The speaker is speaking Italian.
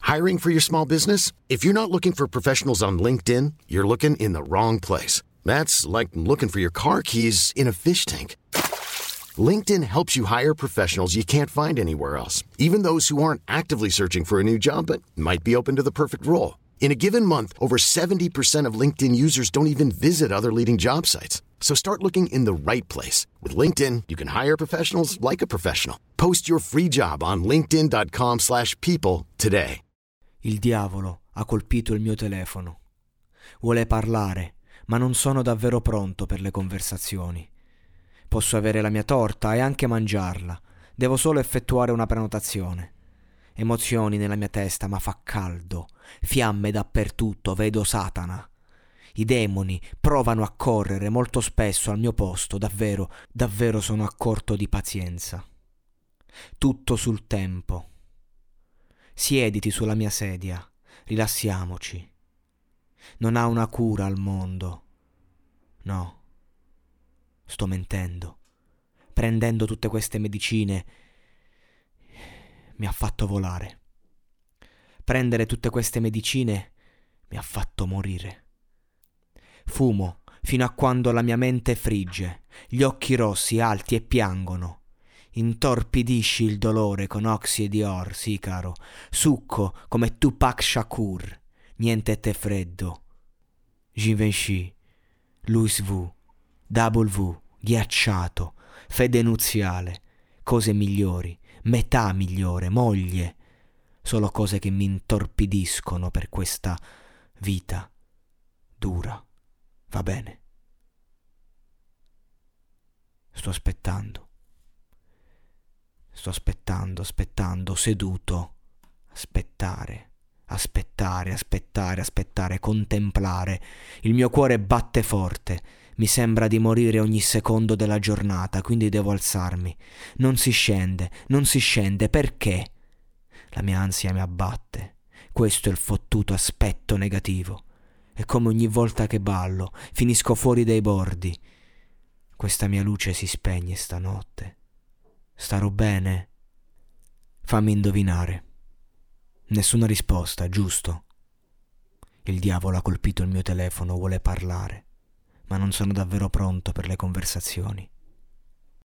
Hiring for your small business? If you're not looking for professionals on LinkedIn, you're looking in the wrong place. That's like looking for your car keys in a fish tank. LinkedIn helps you hire professionals you can't find anywhere else, even those who aren't actively searching for a new job but might be open to the perfect role. In a given month, over 70% of LinkedIn users don't even visit other leading job sites. So start looking in the right place. With LinkedIn, you can hire professionals like a professional. Post your free job on linkedin.com/people today. Il diavolo ha colpito il mio telefono. Vuole parlare, ma non sono davvero pronto per le conversazioni. Posso avere la mia torta e anche mangiarla. Devo solo effettuare una prenotazione. Emozioni nella mia testa, ma fa caldo. Fiamme dappertutto, vedo Satana. I demoni provano a correre molto spesso al mio posto, davvero, davvero sono a corto di pazienza. Tutto sul tempo. Siediti sulla mia sedia, rilassiamoci. Non ha una cura al mondo. No. Sto mentendo. Prendendo tutte queste medicine mi ha fatto volare. Prendere tutte queste medicine mi ha fatto morire. Fumo fino a quando la mia mente frigge, gli occhi rossi alti e piangono. Intorpidisci il dolore con oxide di or, sì caro. Succo come Tupac Shakur. Niente tè freddo. Givenchy, Louis V, Double V, ghiacciato, fede nuziale, cose migliori, metà migliore, moglie, solo cose che mi intorpidiscono per questa vita dura. Va bene. Sto aspettando, seduto, aspettare, contemplare. Il mio cuore batte forte. Mi sembra di morire ogni secondo della giornata, quindi devo alzarmi. Non si scende, perché? La mia ansia mi abbatte. Questo è il fottuto aspetto negativo. È come ogni volta che ballo, finisco fuori dai bordi. Questa mia luce si spegne stanotte. Starò bene? Fammi indovinare. Nessuna risposta, giusto? Il diavolo ha colpito il mio telefono, vuole parlare, ma non sono davvero pronto per le conversazioni.